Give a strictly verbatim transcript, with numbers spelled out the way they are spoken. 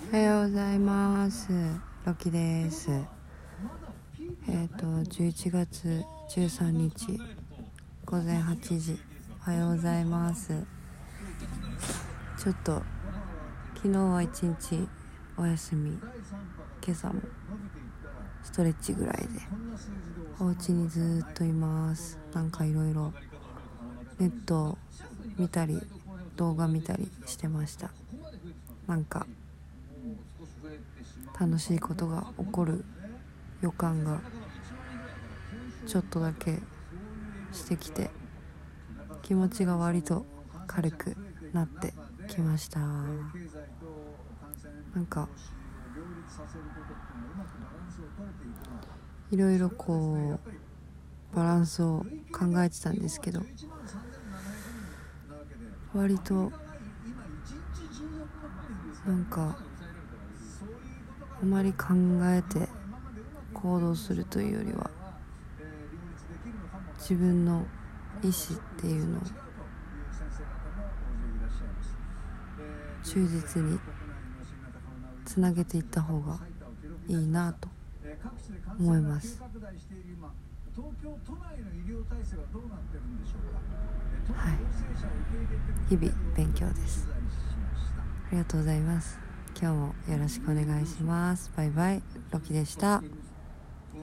おはようございます。ロキです。えっ、ー、とじゅういちがつじゅうさんにちごぜんはちじ、おはようございます。ちょっと昨日は一日お休み、今朝もストレッチぐらいでお家にずっといます。なんかいろいろネットを見たり動画見たりしてました。なんか楽しいことが起こる予感がちょっとだけしてきて、気持ちが割と軽くなってきました。なんかいろいろこうバランスを考えてたんですけど、割となんかあまり考えて行動するというよりは、自分の意思っていうのを忠実につなげていった方がいいなと思います。はい、日々勉強です。ありがとうございます。今日もよろしくお願いします。バイバイ、ロキでした。